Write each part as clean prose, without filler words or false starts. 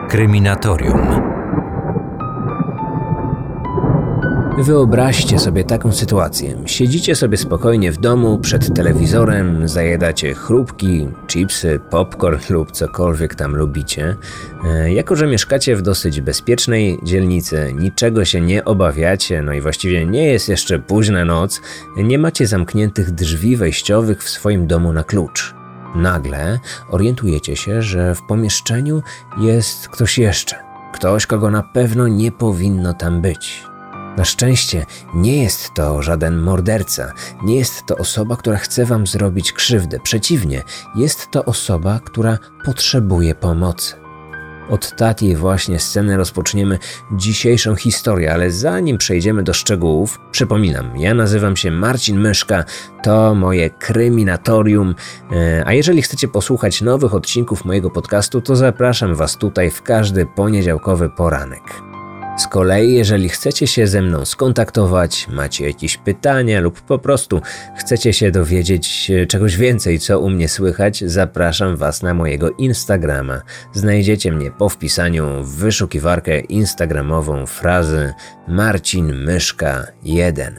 Kryminatorium. Wyobraźcie sobie taką sytuację. Siedzicie sobie spokojnie w domu, przed telewizorem, zajadacie chrupki, chipsy, popcorn lub cokolwiek tam lubicie. Jako że mieszkacie w dosyć bezpiecznej dzielnicy, niczego się nie obawiacie, no i właściwie nie jest jeszcze późna noc, nie macie zamkniętych drzwi wejściowych w swoim domu na klucz. Nagle orientujecie się, że w pomieszczeniu jest ktoś jeszcze. Ktoś, kogo na pewno nie powinno tam być. Na szczęście nie jest to żaden morderca, nie jest to osoba, która chce wam zrobić krzywdę. Przeciwnie, jest to osoba, która potrzebuje pomocy. Od takiej właśnie sceny rozpoczniemy dzisiejszą historię, ale zanim przejdziemy do szczegółów, przypominam, ja nazywam się Marcin Myszka, to moje kryminatorium, a jeżeli chcecie posłuchać nowych odcinków mojego podcastu, to zapraszam was tutaj w każdy poniedziałkowy poranek. Z kolei, jeżeli chcecie się ze mną skontaktować, macie jakieś pytania lub po prostu chcecie się dowiedzieć czegoś więcej, co u mnie słychać, zapraszam was na mojego Instagrama. Znajdziecie mnie po wpisaniu w wyszukiwarkę instagramową frazy Marcin Myszka 1.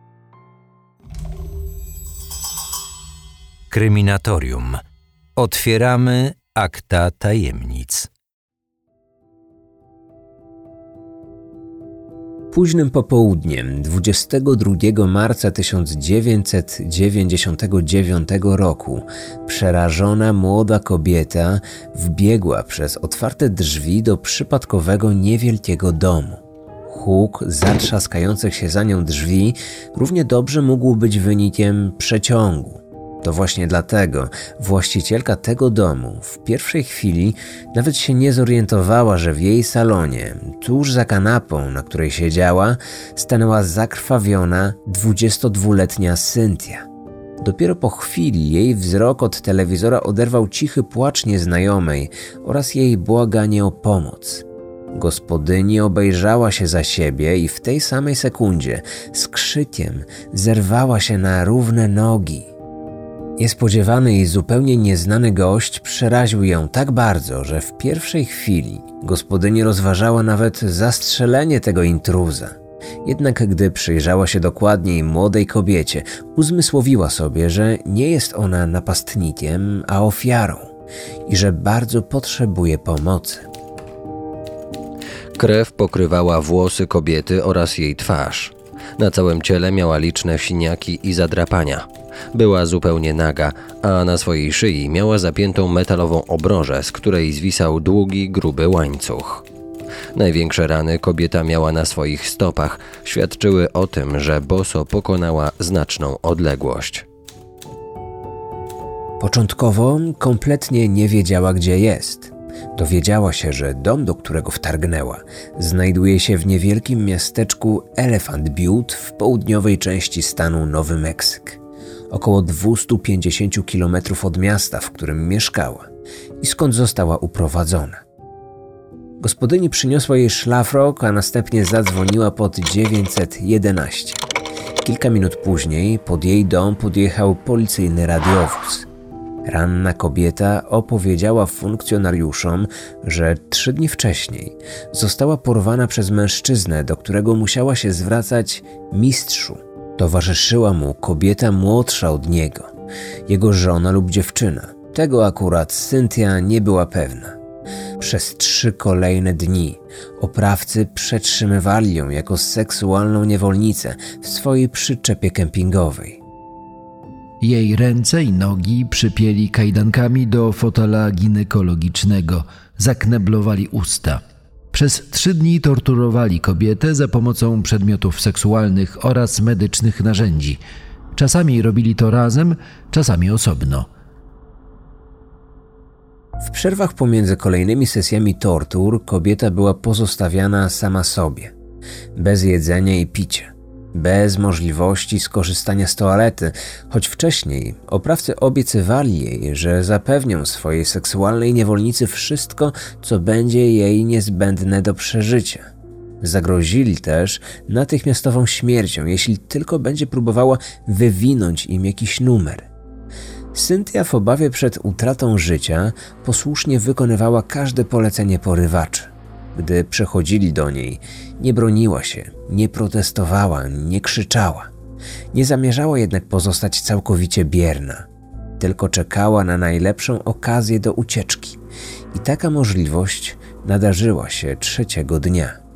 Kryminatorium. Otwieramy akta tajemnic. Późnym popołudniem 22 marca 1999 roku przerażona młoda kobieta wbiegła przez otwarte drzwi do przypadkowego niewielkiego domu. Huk zatrzaskających się za nią drzwi równie dobrze mógł być wynikiem przeciągu. To właśnie dlatego właścicielka tego domu w pierwszej chwili nawet się nie zorientowała, że w jej salonie, tuż za kanapą, na której siedziała, stanęła zakrwawiona 22-letnia Cynthia. Dopiero po chwili jej wzrok od telewizora oderwał cichy płacz nieznajomej oraz jej błaganie o pomoc. Gospodyni obejrzała się za siebie i w tej samej sekundzie z krzykiem zerwała się na równe nogi. Niespodziewany i zupełnie nieznany gość przeraził ją tak bardzo, że w pierwszej chwili gospodyni rozważała nawet zastrzelenie tego intruza. Jednak gdy przyjrzała się dokładniej młodej kobiecie, uzmysłowiła sobie, że nie jest ona napastnikiem, a ofiarą i że bardzo potrzebuje pomocy. Krew pokrywała włosy kobiety oraz jej twarz. Na całym ciele miała liczne siniaki i zadrapania. Była zupełnie naga, a na swojej szyi miała zapiętą metalową obrożę, z której zwisał długi, gruby łańcuch. Największe rany kobieta miała na swoich stopach, świadczyły o tym, że boso pokonała znaczną odległość. Początkowo kompletnie nie wiedziała, gdzie jest. Dowiedziała się, że dom, do którego wtargnęła, znajduje się w niewielkim miasteczku Elephant Butte w południowej części stanu Nowy Meksyk, około 250 km od miasta, w którym mieszkała i skąd została uprowadzona. Gospodyni przyniosła jej szlafrok, a następnie zadzwoniła pod 911. Kilka minut później pod jej dom podjechał policyjny radiowóz. Ranna kobieta opowiedziała funkcjonariuszom, że 3 dni wcześniej została porwana przez mężczyznę, do którego musiała się zwracać mistrzu. Towarzyszyła mu kobieta młodsza od niego, jego żona lub dziewczyna. Tego akurat Cynthia nie była pewna. Przez 3 kolejne dni oprawcy przetrzymywali ją jako seksualną niewolnicę w swojej przyczepie kempingowej. Jej ręce i nogi przypięli kajdankami do fotela ginekologicznego, zakneblowali usta. Przez 3 dni torturowali kobietę za pomocą przedmiotów seksualnych oraz medycznych narzędzi. Czasami robili to razem, czasami osobno. W przerwach pomiędzy kolejnymi sesjami tortur kobieta była pozostawiana sama sobie, bez jedzenia i picia, bez możliwości skorzystania z toalety, choć wcześniej oprawcy obiecywali jej, że zapewnią swojej seksualnej niewolnicy wszystko, co będzie jej niezbędne do przeżycia. Zagrozili też natychmiastową śmiercią, jeśli tylko będzie próbowała wywinąć im jakiś numer. Cynthia w obawie przed utratą życia posłusznie wykonywała każde polecenie porywaczy. Gdy przechodzili do niej, nie broniła się, nie protestowała, nie krzyczała. Nie zamierzała jednak pozostać całkowicie bierna. Tylko czekała na najlepszą okazję do ucieczki. I taka możliwość nadarzyła się trzeciego dnia.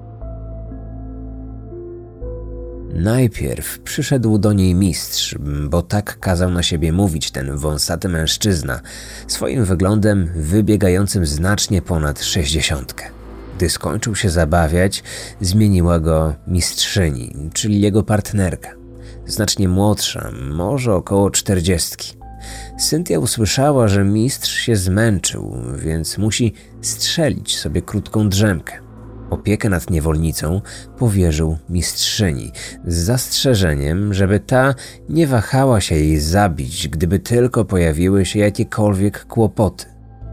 Najpierw przyszedł do niej mistrz, bo tak kazał na siebie mówić ten wąsaty mężczyzna, swoim wyglądem wybiegającym znacznie ponad 60. Gdy skończył się zabawiać, zmieniła go mistrzyni, czyli jego partnerka. Znacznie młodsza, może około 40. Cynthia usłyszała, że mistrz się zmęczył, więc musi strzelić sobie krótką drzemkę. Opiekę nad niewolnicą powierzył mistrzyni z zastrzeżeniem, żeby ta nie wahała się jej zabić, gdyby tylko pojawiły się jakiekolwiek kłopoty.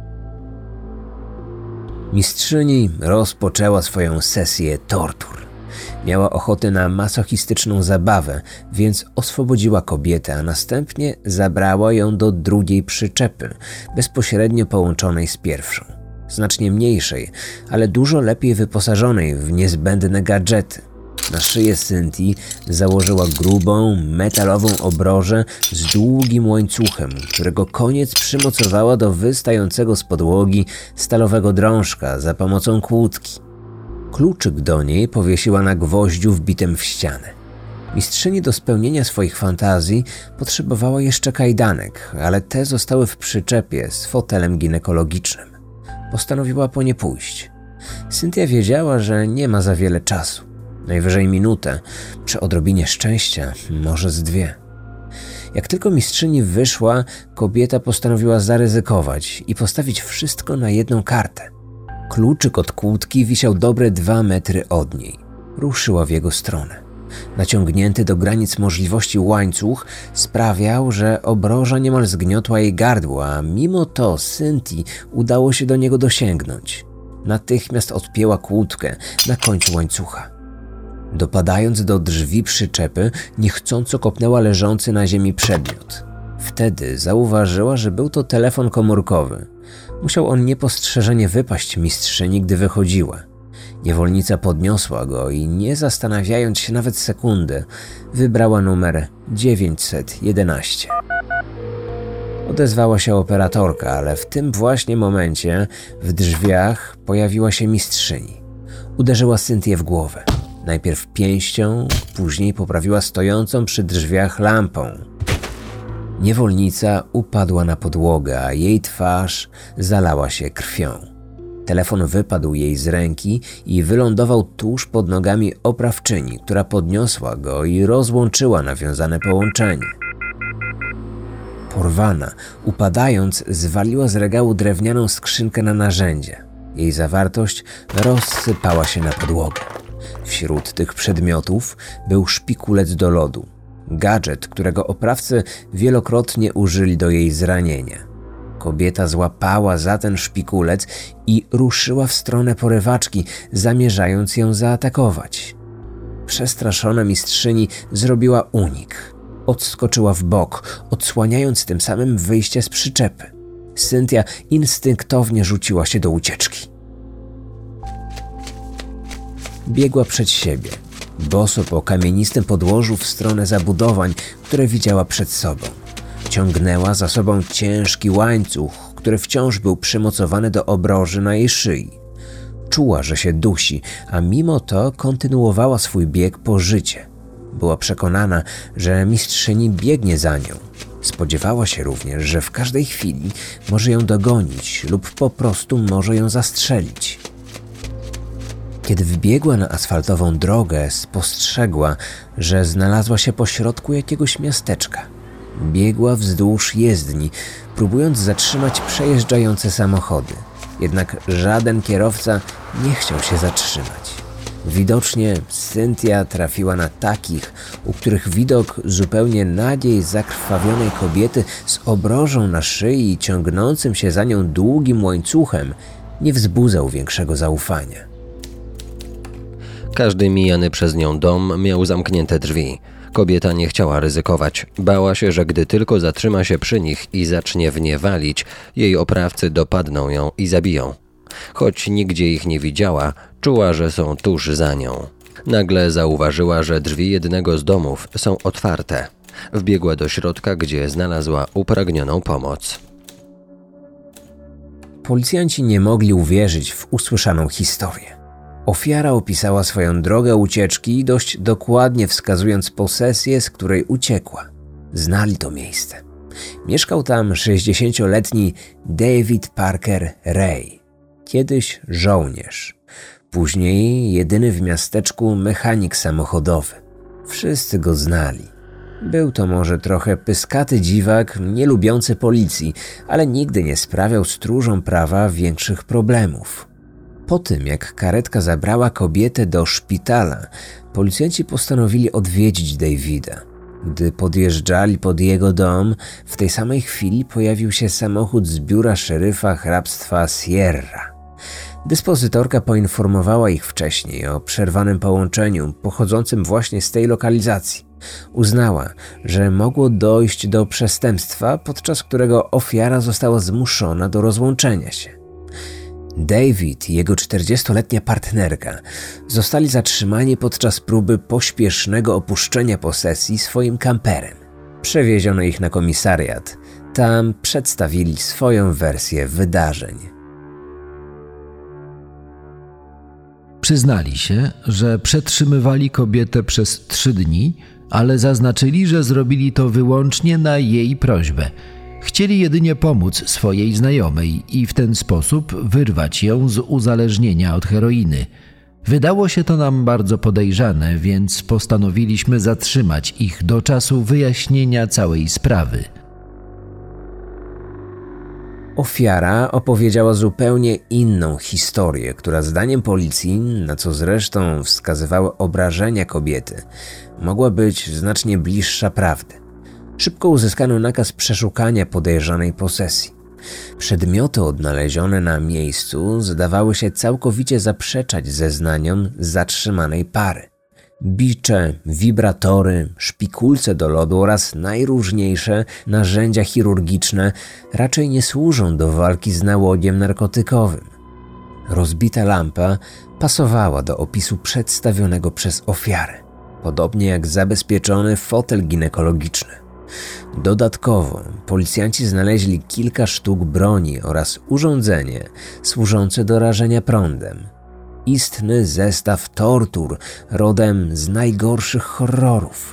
Mistrzyni rozpoczęła swoją sesję tortur. Miała ochotę na masochistyczną zabawę, więc oswobodziła kobietę, a następnie zabrała ją do drugiej przyczepy, bezpośrednio połączonej z pierwszą. Znacznie mniejszej, ale dużo lepiej wyposażonej w niezbędne gadżety. Na szyję Cynthii założyła grubą, metalową obrożę z długim łańcuchem, którego koniec przymocowała do wystającego z podłogi stalowego drążka za pomocą kłódki. Kluczyk do niej powiesiła na gwoździu wbitym w ścianę. Mistrzyni do spełnienia swoich fantazji potrzebowała jeszcze kajdanek, ale te zostały w przyczepie z fotelem ginekologicznym. Postanowiła po nie pójść. Cynthia wiedziała, że nie ma za wiele czasu. Najwyżej minutę, przy odrobinie szczęścia, może z 2. Jak tylko mistrzyni wyszła, kobieta postanowiła zaryzykować i postawić wszystko na jedną kartę. Kluczyk od kłódki wisiał dobre 2 metry od niej. Ruszyła w jego stronę. Naciągnięty do granic możliwości łańcuch sprawiał, że obroża niemal zgniotła jej gardło, a mimo to Cynthii udało się do niego dosięgnąć. Natychmiast odpięła kłódkę na końcu łańcucha. Dopadając do drzwi przyczepy, niechcąco kopnęła leżący na ziemi przedmiot. Wtedy zauważyła, że był to telefon komórkowy. Musiał on niepostrzeżenie wypaść mistrzyni, gdy wychodziła. Niewolnica podniosła go i nie zastanawiając się nawet sekundy, wybrała numer 911. Odezwała się operatorka, ale w tym właśnie momencie w drzwiach pojawiła się mistrzyni. Uderzyła Cynthię w głowę. Najpierw pięścią, później poprawiła stojącą przy drzwiach lampą. Niewolnica upadła na podłogę, a jej twarz zalała się krwią. Telefon wypadł jej z ręki i wylądował tuż pod nogami oprawczyni, która podniosła go i rozłączyła nawiązane połączenie. Porwana, upadając, zwaliła z regału drewnianą skrzynkę na narzędzie. Jej zawartość rozsypała się na podłogę. Wśród tych przedmiotów był szpikulec do lodu. Gadżet, którego oprawcy wielokrotnie użyli do jej zranienia. Kobieta złapała za ten szpikulec i ruszyła w stronę porywaczki, zamierzając ją zaatakować. Przestraszona mistrzyni zrobiła unik. Odskoczyła w bok, odsłaniając tym samym wyjście z przyczepy. Cynthia instynktownie rzuciła się do ucieczki. Biegła przed siebie, boso po kamienistym podłożu w stronę zabudowań, które widziała przed sobą. Ciągnęła za sobą ciężki łańcuch, który wciąż był przymocowany do obroży na jej szyi. Czuła, że się dusi, a mimo to kontynuowała swój bieg po życie. Była przekonana, że mistrzyni biegnie za nią. Spodziewała się również, że w każdej chwili może ją dogonić lub po prostu może ją zastrzelić. Kiedy wbiegła na asfaltową drogę, spostrzegła, że znalazła się pośrodku jakiegoś miasteczka. Biegła wzdłuż jezdni, próbując zatrzymać przejeżdżające samochody. Jednak żaden kierowca nie chciał się zatrzymać. Widocznie Cynthia trafiła na takich, u których widok zupełnie nagiej zakrwawionej kobiety z obrożą na szyi i ciągnącym się za nią długim łańcuchem nie wzbudzał większego zaufania. Każdy mijany przez nią dom miał zamknięte drzwi. Kobieta nie chciała ryzykować. Bała się, że gdy tylko zatrzyma się przy nich i zacznie w nie walić, jej oprawcy dopadną ją i zabiją. Choć nigdzie ich nie widziała, czuła, że są tuż za nią. Nagle zauważyła, że drzwi jednego z domów są otwarte. Wbiegła do środka, gdzie znalazła upragnioną pomoc. Policjanci nie mogli uwierzyć w usłyszaną historię. Ofiara opisała swoją drogę ucieczki, dość dokładnie wskazując posesję, z której uciekła. Znali to miejsce. Mieszkał tam 60-letni David Parker Ray, kiedyś żołnierz, później jedyny w miasteczku mechanik samochodowy. Wszyscy go znali. Był to może trochę pyskaty dziwak, nie lubiący policji, ale nigdy nie sprawiał stróżom prawa większych problemów. Po tym, jak karetka zabrała kobietę do szpitala, policjanci postanowili odwiedzić Davida. Gdy podjeżdżali pod jego dom, w tej samej chwili pojawił się samochód z biura szeryfa hrabstwa Sierra. Dyspozytorka poinformowała ich wcześniej o przerwanym połączeniu pochodzącym właśnie z tej lokalizacji. Uznała, że mogło dojść do przestępstwa, podczas którego ofiara została zmuszona do rozłączenia się. David i jego 40-letnia partnerka zostali zatrzymani podczas próby pośpiesznego opuszczenia posesji swoim kamperem. Przewieziono ich na komisariat. Tam przedstawili swoją wersję wydarzeń. Przyznali się, że przetrzymywali kobietę przez 3 dni, ale zaznaczyli, że zrobili to wyłącznie na jej prośbę. Chcieli jedynie pomóc swojej znajomej i w ten sposób wyrwać ją z uzależnienia od heroiny. Wydało się to nam bardzo podejrzane, więc postanowiliśmy zatrzymać ich do czasu wyjaśnienia całej sprawy. Ofiara opowiedziała zupełnie inną historię, która zdaniem policji, na co zresztą wskazywały obrażenia kobiety, mogła być znacznie bliższa prawdy. Szybko uzyskano nakaz przeszukania podejrzanej posesji. Przedmioty odnalezione na miejscu zdawały się całkowicie zaprzeczać zeznaniom zatrzymanej pary. Bicze, wibratory, szpikulce do lodu oraz najróżniejsze narzędzia chirurgiczne raczej nie służą do walki z nałogiem narkotykowym. Rozbita lampa pasowała do opisu przedstawionego przez ofiarę, podobnie jak zabezpieczony fotel ginekologiczny. Dodatkowo policjanci znaleźli kilka sztuk broni oraz urządzenie służące do rażenia prądem. Istny zestaw tortur rodem z najgorszych horrorów.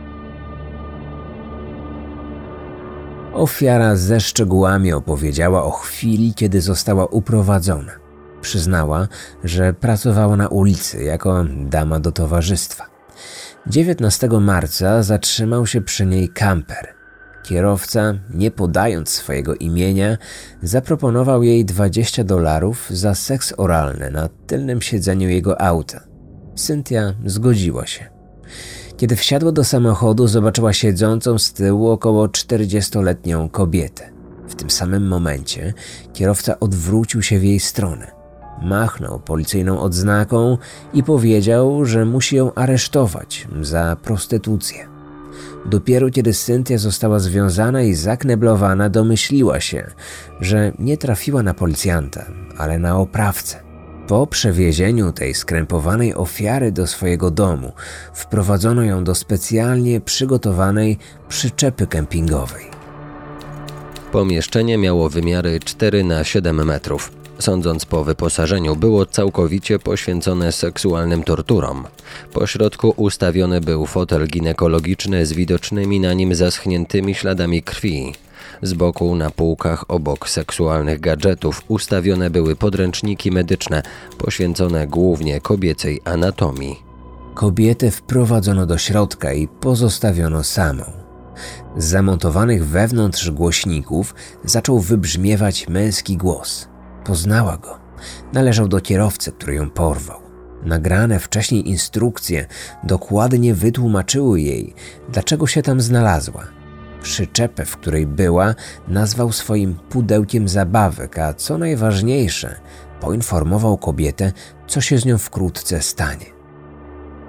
Ofiara ze szczegółami opowiedziała o chwili, kiedy została uprowadzona. Przyznała, że pracowała na ulicy jako dama do towarzystwa. 19 marca zatrzymał się przy niej kamper. Kierowca, nie podając swojego imienia, zaproponował jej $20 za seks oralny na tylnym siedzeniu jego auta. Cynthia zgodziła się. Kiedy wsiadła do samochodu, zobaczyła siedzącą z tyłu około 40-letnią kobietę. W tym samym momencie kierowca odwrócił się w jej stronę. Machnął policyjną odznaką i powiedział, że musi ją aresztować za prostytucję. Dopiero kiedy Cynthia została związana i zakneblowana, domyśliła się, że nie trafiła na policjanta, ale na oprawcę. Po przewiezieniu tej skrępowanej ofiary do swojego domu, wprowadzono ją do specjalnie przygotowanej przyczepy kempingowej. Pomieszczenie miało wymiary 4x7 metrów. Sądząc po wyposażeniu, było całkowicie poświęcone seksualnym torturom. Po środku ustawiony był fotel ginekologiczny z widocznymi na nim zaschniętymi śladami krwi. Z boku na półkach obok seksualnych gadżetów ustawione były podręczniki medyczne poświęcone głównie kobiecej anatomii. Kobietę wprowadzono do środka i pozostawiono samą. Z zamontowanych wewnątrz głośników zaczął wybrzmiewać męski głos. Poznała go. Należał do kierowcy, który ją porwał. Nagrane wcześniej instrukcje dokładnie wytłumaczyły jej, dlaczego się tam znalazła. Przyczepę, w której była, nazwał swoim pudełkiem zabawek, a co najważniejsze, poinformował kobietę, co się z nią wkrótce stanie.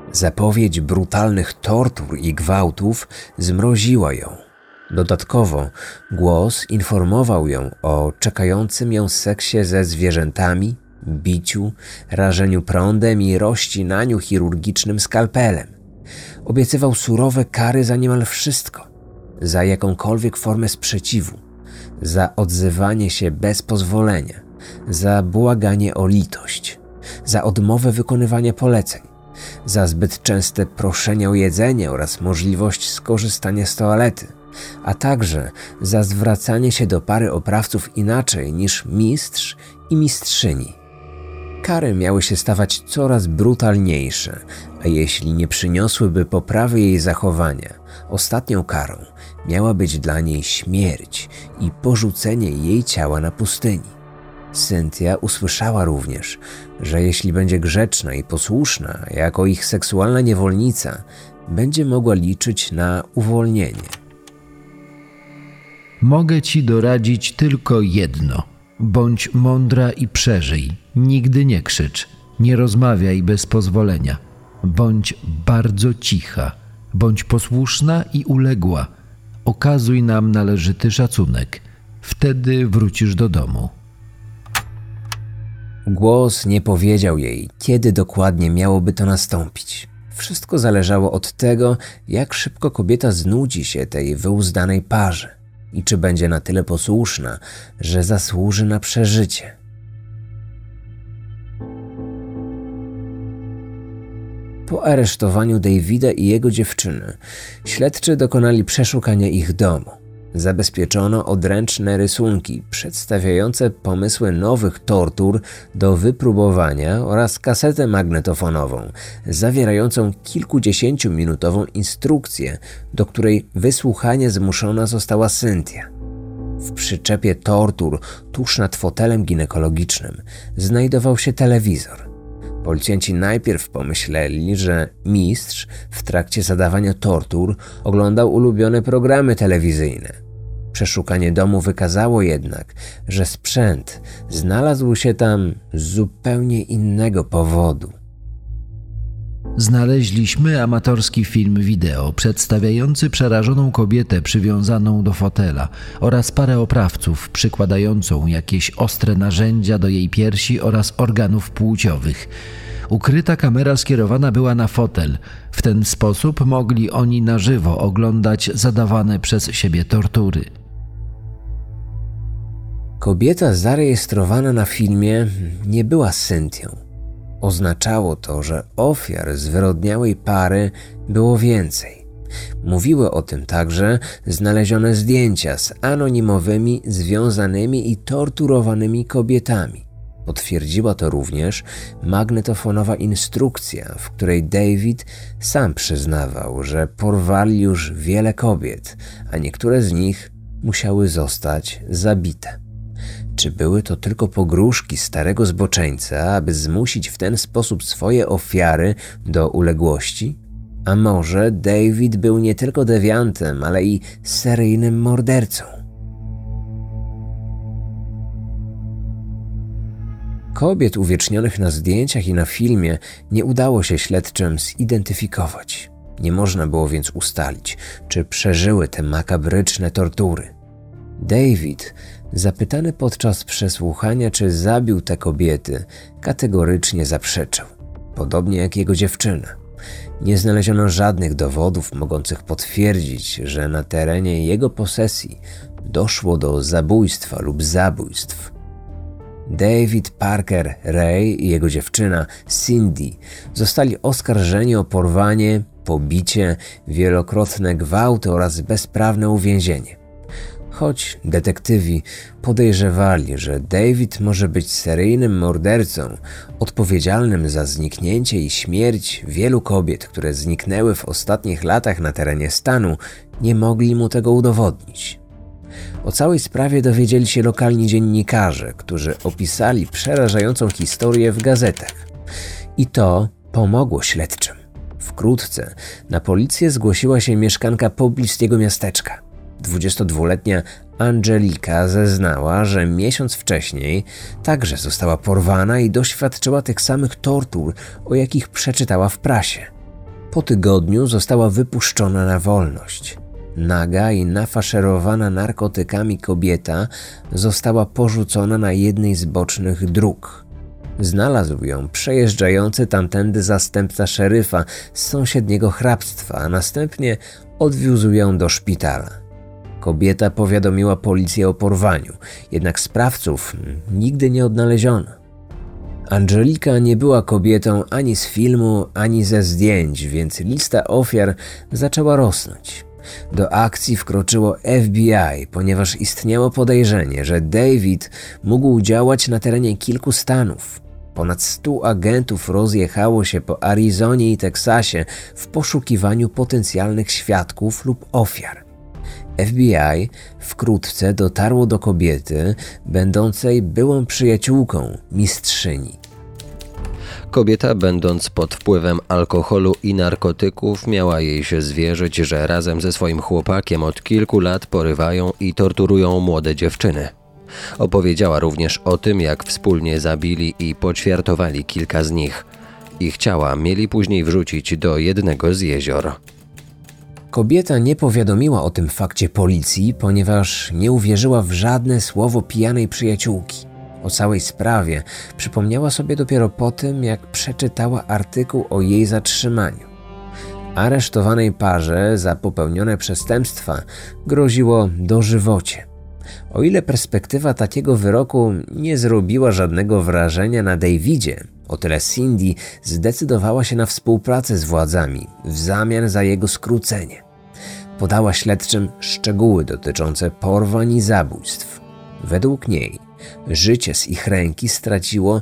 Zapowiedź brutalnych tortur i gwałtów zmroziła ją. Dodatkowo głos informował ją o czekającym ją seksie ze zwierzętami, biciu, rażeniu prądem i rozcinaniu chirurgicznym skalpelem. Obiecywał surowe kary za niemal wszystko, za jakąkolwiek formę sprzeciwu, za odzywanie się bez pozwolenia, za błaganie o litość, za odmowę wykonywania poleceń, za zbyt częste proszenie o jedzenie oraz możliwość skorzystania z toalety, a także za zwracanie się do pary oprawców inaczej niż mistrz i mistrzyni. Kary miały się stawać coraz brutalniejsze, a jeśli nie przyniosłyby poprawy jej zachowania, ostatnią karą miała być dla niej śmierć i porzucenie jej ciała na pustyni. Cynthia usłyszała również, że jeśli będzie grzeczna i posłuszna jako ich seksualna niewolnica, będzie mogła liczyć na uwolnienie. Mogę ci doradzić tylko jedno. Bądź mądra i przeżyj. Nigdy nie krzycz. Nie rozmawiaj bez pozwolenia. Bądź bardzo cicha. Bądź posłuszna i uległa. Okazuj nam należyty szacunek. Wtedy wrócisz do domu. Głos nie powiedział jej, kiedy dokładnie miałoby to nastąpić. Wszystko zależało od tego, jak szybko kobieta znudzi się tej wyuzdanej parze i czy będzie na tyle posłuszna, że zasłuży na przeżycie. Po aresztowaniu Davida i jego dziewczyny, śledczy dokonali przeszukania ich domu. Zabezpieczono odręczne rysunki przedstawiające pomysły nowych tortur do wypróbowania oraz kasetę magnetofonową zawierającą kilkudziesięciominutową instrukcję, do której wysłuchanie zmuszona została Cynthia. W przyczepie tortur tuż nad fotelem ginekologicznym znajdował się telewizor. Policjanci najpierw pomyśleli, że mistrz w trakcie zadawania tortur oglądał ulubione programy telewizyjne. Przeszukanie domu wykazało jednak, że sprzęt znalazł się tam z zupełnie innego powodu. Znaleźliśmy amatorski film wideo przedstawiający przerażoną kobietę przywiązaną do fotela oraz parę oprawców przykładającą jakieś ostre narzędzia do jej piersi oraz organów płciowych. Ukryta kamera skierowana była na fotel. W ten sposób mogli oni na żywo oglądać zadawane przez siebie tortury. Kobieta zarejestrowana na filmie nie była Cynthią. Oznaczało to, że ofiar zwyrodniałej pary było więcej. Mówiły o tym także znalezione zdjęcia z anonimowymi, związanymi i torturowanymi kobietami. Potwierdziła to również magnetofonowa instrukcja, w której David sam przyznawał, że porwali już wiele kobiet, a niektóre z nich musiały zostać zabite. Czy były to tylko pogróżki starego zboczeńca, aby zmusić w ten sposób swoje ofiary do uległości? A może David był nie tylko dewiantem, ale i seryjnym mordercą? Kobiet uwiecznionych na zdjęciach i na filmie nie udało się śledczym zidentyfikować. Nie można było więc ustalić, czy przeżyły te makabryczne tortury. David, zapytany podczas przesłuchania, czy zabił te kobiety, kategorycznie zaprzeczał, podobnie jak jego dziewczyna. Nie znaleziono żadnych dowodów mogących potwierdzić, że na terenie jego posesji doszło do zabójstwa lub zabójstw. David Parker Ray i jego dziewczyna Cindy zostali oskarżeni o porwanie, pobicie, wielokrotne gwałty oraz bezprawne uwięzienie. Choć detektywi podejrzewali, że David może być seryjnym mordercą odpowiedzialnym za zniknięcie i śmierć wielu kobiet, które zniknęły w ostatnich latach na terenie stanu, nie mogli mu tego udowodnić. O całej sprawie dowiedzieli się lokalni dziennikarze, którzy opisali przerażającą historię w gazetach. I to pomogło śledczym. Wkrótce na policję zgłosiła się mieszkanka pobliskiego miasteczka. 22-letnia Angelika zeznała, że miesiąc wcześniej także została porwana i doświadczyła tych samych tortur, o jakich przeczytała w prasie. Po tygodniu została wypuszczona na wolność. Naga i nafaszerowana narkotykami kobieta została porzucona na jednej z bocznych dróg. Znalazł ją przejeżdżający tamtędy zastępca szeryfa z sąsiedniego hrabstwa, a następnie odwiózł ją do szpitala. Kobieta powiadomiła policję o porwaniu, jednak sprawców nigdy nie odnaleziono. Angelika nie była kobietą ani z filmu, ani ze zdjęć, więc lista ofiar zaczęła rosnąć. Do akcji wkroczyło FBI, ponieważ istniało podejrzenie, że David mógł działać na terenie kilku stanów. Ponad 100 agentów rozjechało się po Arizonie i Teksasie w poszukiwaniu potencjalnych świadków lub ofiar. FBI wkrótce dotarło do kobiety, będącej byłą przyjaciółką mistrzyni. Kobieta, będąc pod wpływem alkoholu i narkotyków, miała jej się zwierzyć, że razem ze swoim chłopakiem od kilku lat porywają i torturują młode dziewczyny. Opowiedziała również o tym, jak wspólnie zabili i poćwiartowali kilka z nich. Ich ciała mieli później wrzucić do jednego z jezior. Kobieta nie powiadomiła o tym fakcie policji, ponieważ nie uwierzyła w żadne słowo pijanej przyjaciółki. O całej sprawie przypomniała sobie dopiero po tym, jak przeczytała artykuł o jej zatrzymaniu. Aresztowanej parze za popełnione przestępstwa groziło dożywocie. O ile perspektywa takiego wyroku nie zrobiła żadnego wrażenia na Davidzie, o tyle Cindy zdecydowała się na współpracę z władzami w zamian za jego skrócenie. Podała śledczym szczegóły dotyczące porwań i zabójstw. Według niej życie z ich ręki straciło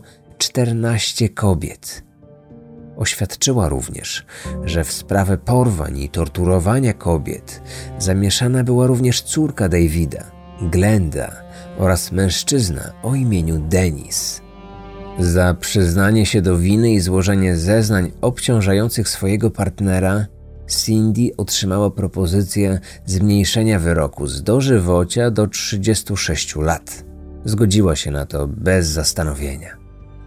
14 kobiet. Oświadczyła również, że w sprawę porwań i torturowania kobiet zamieszana była również córka Davida, Glenda, oraz mężczyzna o imieniu Dennis. Za przyznanie się do winy i złożenie zeznań obciążających swojego partnera, Cindy otrzymała propozycję zmniejszenia wyroku z dożywocia do 36 lat. Zgodziła się na to bez zastanowienia.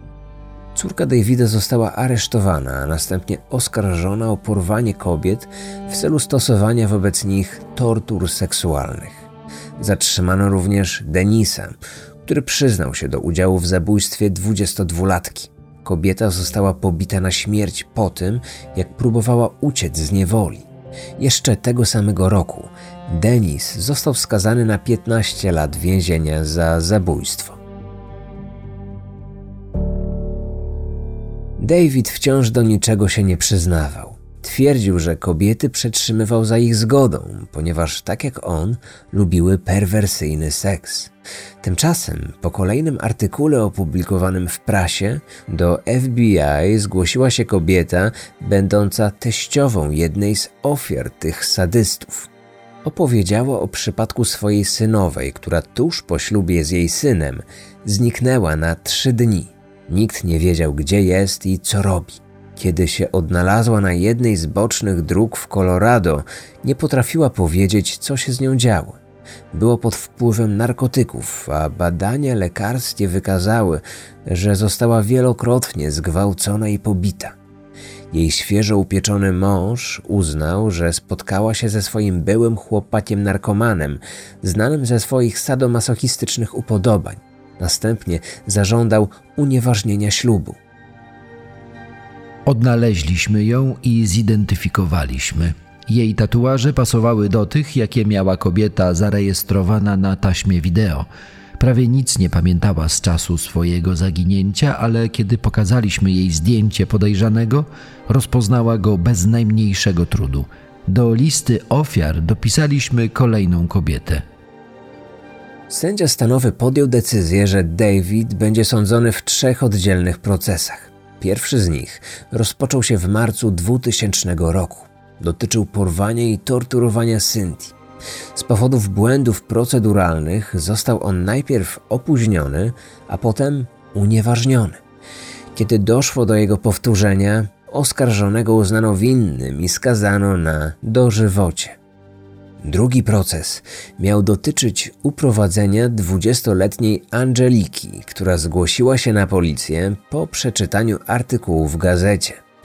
Córka Davida została aresztowana, a następnie oskarżona o porwanie kobiet w celu stosowania wobec nich tortur seksualnych. Zatrzymano również Denisa, który przyznał się do udziału w zabójstwie 22-latki. Kobieta została pobita na śmierć po tym, jak próbowała uciec z niewoli. Jeszcze tego samego roku Denis został skazany na 15 lat więzienia za zabójstwo. David wciąż do niczego się nie przyznawał. Twierdził, że kobiety przetrzymywał za ich zgodą, ponieważ tak jak on, lubiły perwersyjny seks. Tymczasem po kolejnym artykule opublikowanym w prasie do FBI zgłosiła się kobieta będąca teściową jednej z ofiar tych sadystów. Opowiedziała o przypadku swojej synowej, która tuż po ślubie z jej synem zniknęła na 3 dni. Nikt nie wiedział, gdzie jest i co robi. Kiedy się odnalazła na jednej z bocznych dróg w Colorado, nie potrafiła powiedzieć, co się z nią działo. Była pod wpływem narkotyków, a badania lekarskie wykazały, że została wielokrotnie zgwałcona i pobita. Jej świeżo upieczony mąż uznał, że spotkała się ze swoim byłym chłopakiem narkomanem, znanym ze swoich sadomasochistycznych upodobań. Następnie zażądał unieważnienia ślubu. Odnaleźliśmy ją i zidentyfikowaliśmy. Jej tatuaże pasowały do tych, jakie miała kobieta zarejestrowana na taśmie wideo. Prawie nic nie pamiętała z czasu swojego zaginięcia, ale kiedy pokazaliśmy jej zdjęcie podejrzanego, rozpoznała go bez najmniejszego trudu. Do listy ofiar dopisaliśmy kolejną kobietę. Sędzia stanowy podjął decyzję, że David będzie sądzony w 3 oddzielnych procesach. Pierwszy z nich rozpoczął się w marcu 2000 roku. Dotyczył porwania i torturowania Cindy. Z powodów błędów proceduralnych został on najpierw opóźniony, a potem unieważniony. Kiedy doszło do jego powtórzenia, oskarżonego uznano winnym i skazano na dożywocie. Drugi proces miał dotyczyć uprowadzenia 20-letniej Angeliki, która zgłosiła się na policję po przeczytaniu artykułu w gazecie.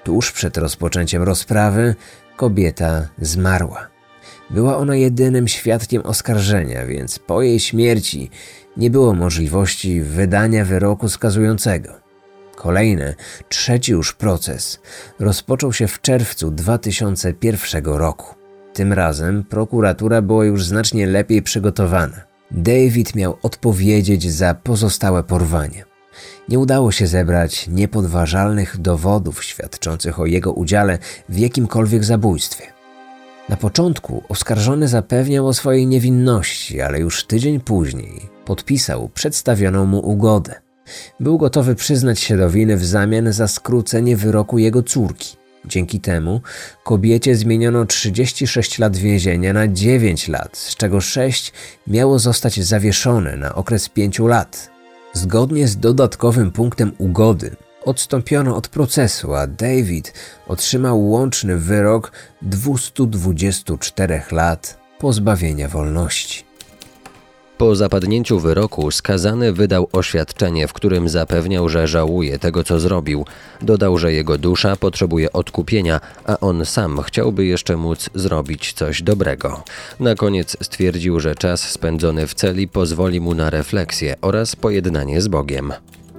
Tuż przed rozpoczęciem rozprawy kobieta zmarła. Była ona jedynym świadkiem oskarżenia, więc po jej śmierci nie było możliwości wydania wyroku skazującego. Kolejny, trzeci już proces rozpoczął się w czerwcu 2001 roku. Tym razem prokuratura była już znacznie lepiej przygotowana. David miał odpowiedzieć za pozostałe porwanie. Nie udało się zebrać niepodważalnych dowodów świadczących o jego udziale w jakimkolwiek zabójstwie. Na początku oskarżony zapewniał o swojej niewinności, ale już tydzień później podpisał przedstawioną mu ugodę. Był gotowy przyznać się do winy w zamian za skrócenie wyroku jego córki. Dzięki temu kobiecie zmieniono 36 lat więzienia na 9 lat, z czego 6 miało zostać zawieszone na okres 5 lat. Zgodnie z dodatkowym punktem ugody odstąpiono od procesu, a David otrzymał łączny wyrok 224 lat pozbawienia wolności. Po zapadnięciu wyroku skazany wydał oświadczenie, w którym zapewniał, że żałuje tego, co zrobił. Dodał, że jego dusza potrzebuje odkupienia, a on sam chciałby jeszcze móc zrobić coś dobrego. Na koniec stwierdził, że czas spędzony w celi pozwoli mu na refleksję oraz pojednanie z Bogiem.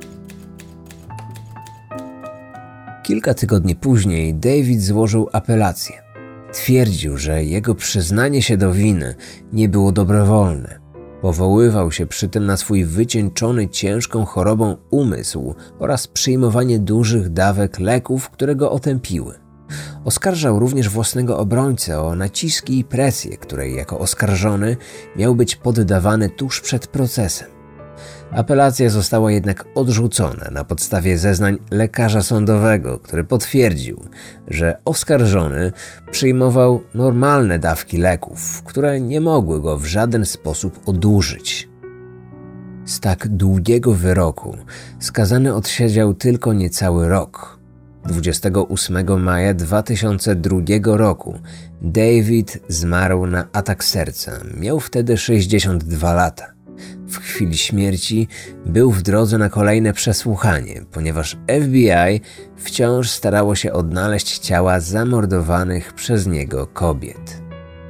Kilka tygodni później David złożył apelację. Twierdził, że jego przyznanie się do winy nie było dobrowolne. Powoływał się przy tym na swój wycieńczony ciężką chorobą umysł oraz przyjmowanie dużych dawek leków, które go otępiły. Oskarżał również własnego obrońcę o naciski i presję, której jako oskarżony miał być poddawany tuż przed procesem. Apelacja została jednak odrzucona na podstawie zeznań lekarza sądowego, który potwierdził, że oskarżony przyjmował normalne dawki leków, które nie mogły go w żaden sposób odurzyć. Z tak długiego wyroku skazany odsiedział tylko niecały rok. 28 maja 2002 roku David zmarł na atak serca. Miał wtedy 62 lata. W chwili śmierci był w drodze na kolejne przesłuchanie, ponieważ FBI wciąż starało się odnaleźć ciała zamordowanych przez niego kobiet.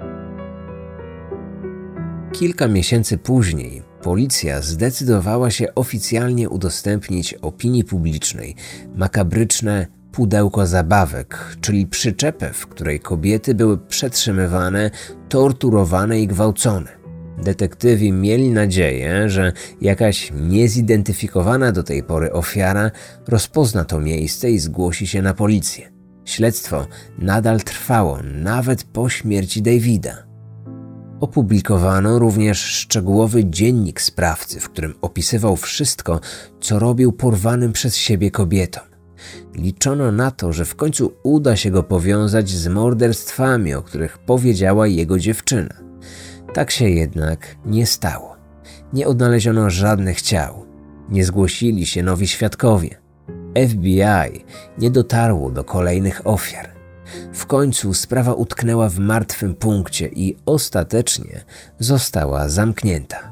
Kilka miesięcy później policja zdecydowała się oficjalnie udostępnić opinii publicznej makabryczne pudełko zabawek, czyli przyczepę, w której kobiety były przetrzymywane, torturowane i gwałcone. Detektywi mieli nadzieję, że jakaś niezidentyfikowana do tej pory ofiara rozpozna to miejsce i zgłosi się na policję. Śledztwo nadal trwało, nawet po śmierci Davida. Opublikowano również szczegółowy dziennik sprawcy, w którym opisywał wszystko, co robił porwanym przez siebie kobietom. Liczono na to, że w końcu uda się go powiązać z morderstwami, o których powiedziała jego dziewczyna. Tak się jednak nie stało. Nie odnaleziono żadnych ciał. Nie zgłosili się nowi świadkowie. FBI nie dotarło do kolejnych ofiar. W końcu sprawa utknęła w martwym punkcie i ostatecznie została zamknięta.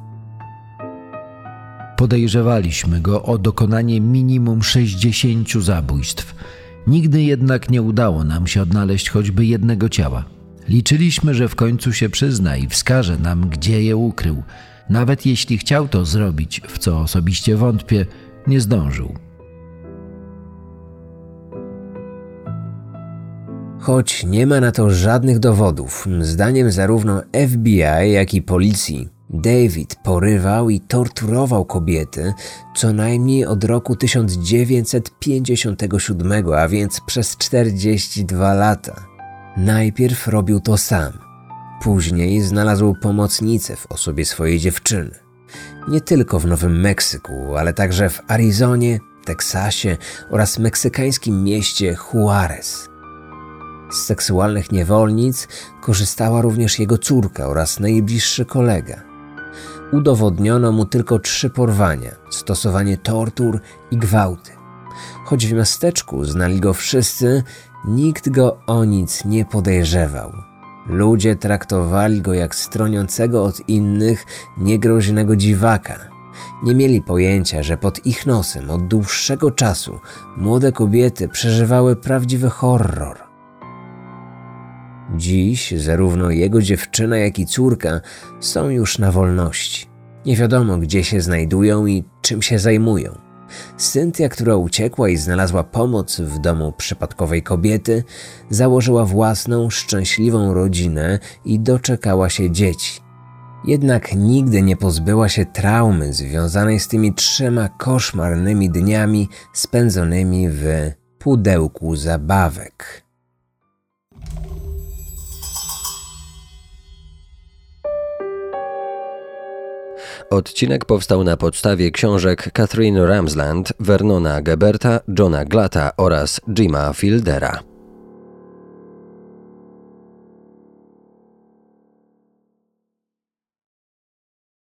Podejrzewaliśmy go o dokonanie minimum 60 zabójstw. Nigdy jednak nie udało nam się odnaleźć choćby jednego ciała. Liczyliśmy, że w końcu się przyzna i wskaże nam, gdzie je ukrył. Nawet jeśli chciał to zrobić, w co osobiście wątpię, nie zdążył. Choć nie ma na to żadnych dowodów, zdaniem zarówno FBI, jak i policji, David porywał i torturował kobiety co najmniej od roku 1957, a więc przez 42 lata. Najpierw robił to sam. Później znalazł pomocnicę w osobie swojej dziewczyny. Nie tylko w Nowym Meksyku, ale także w Arizonie, Teksasie oraz meksykańskim mieście Juarez. Z seksualnych niewolnic korzystała również jego córka oraz najbliższy kolega. Udowodniono mu tylko 3 porwania, stosowanie tortur i gwałty. Choć w miasteczku znali go wszyscy, nikt go o nic nie podejrzewał. Ludzie traktowali go jak stroniącego od innych, niegroźnego dziwaka. Nie mieli pojęcia, że pod ich nosem od dłuższego czasu młode kobiety przeżywały prawdziwy horror. Dziś zarówno jego dziewczyna, jak i córka są już na wolności. Nie wiadomo, gdzie się znajdują i czym się zajmują. Cynthia, która uciekła i znalazła pomoc w domu przypadkowej kobiety, założyła własną, szczęśliwą rodzinę i doczekała się dzieci. Jednak nigdy nie pozbyła się traumy związanej z tymi 3 koszmarnymi dniami spędzonymi w pudełku zabawek. Odcinek powstał na podstawie książek Kathryn Ramsland, Vernona Geberta, Johna Glatta oraz Jima Fieldera.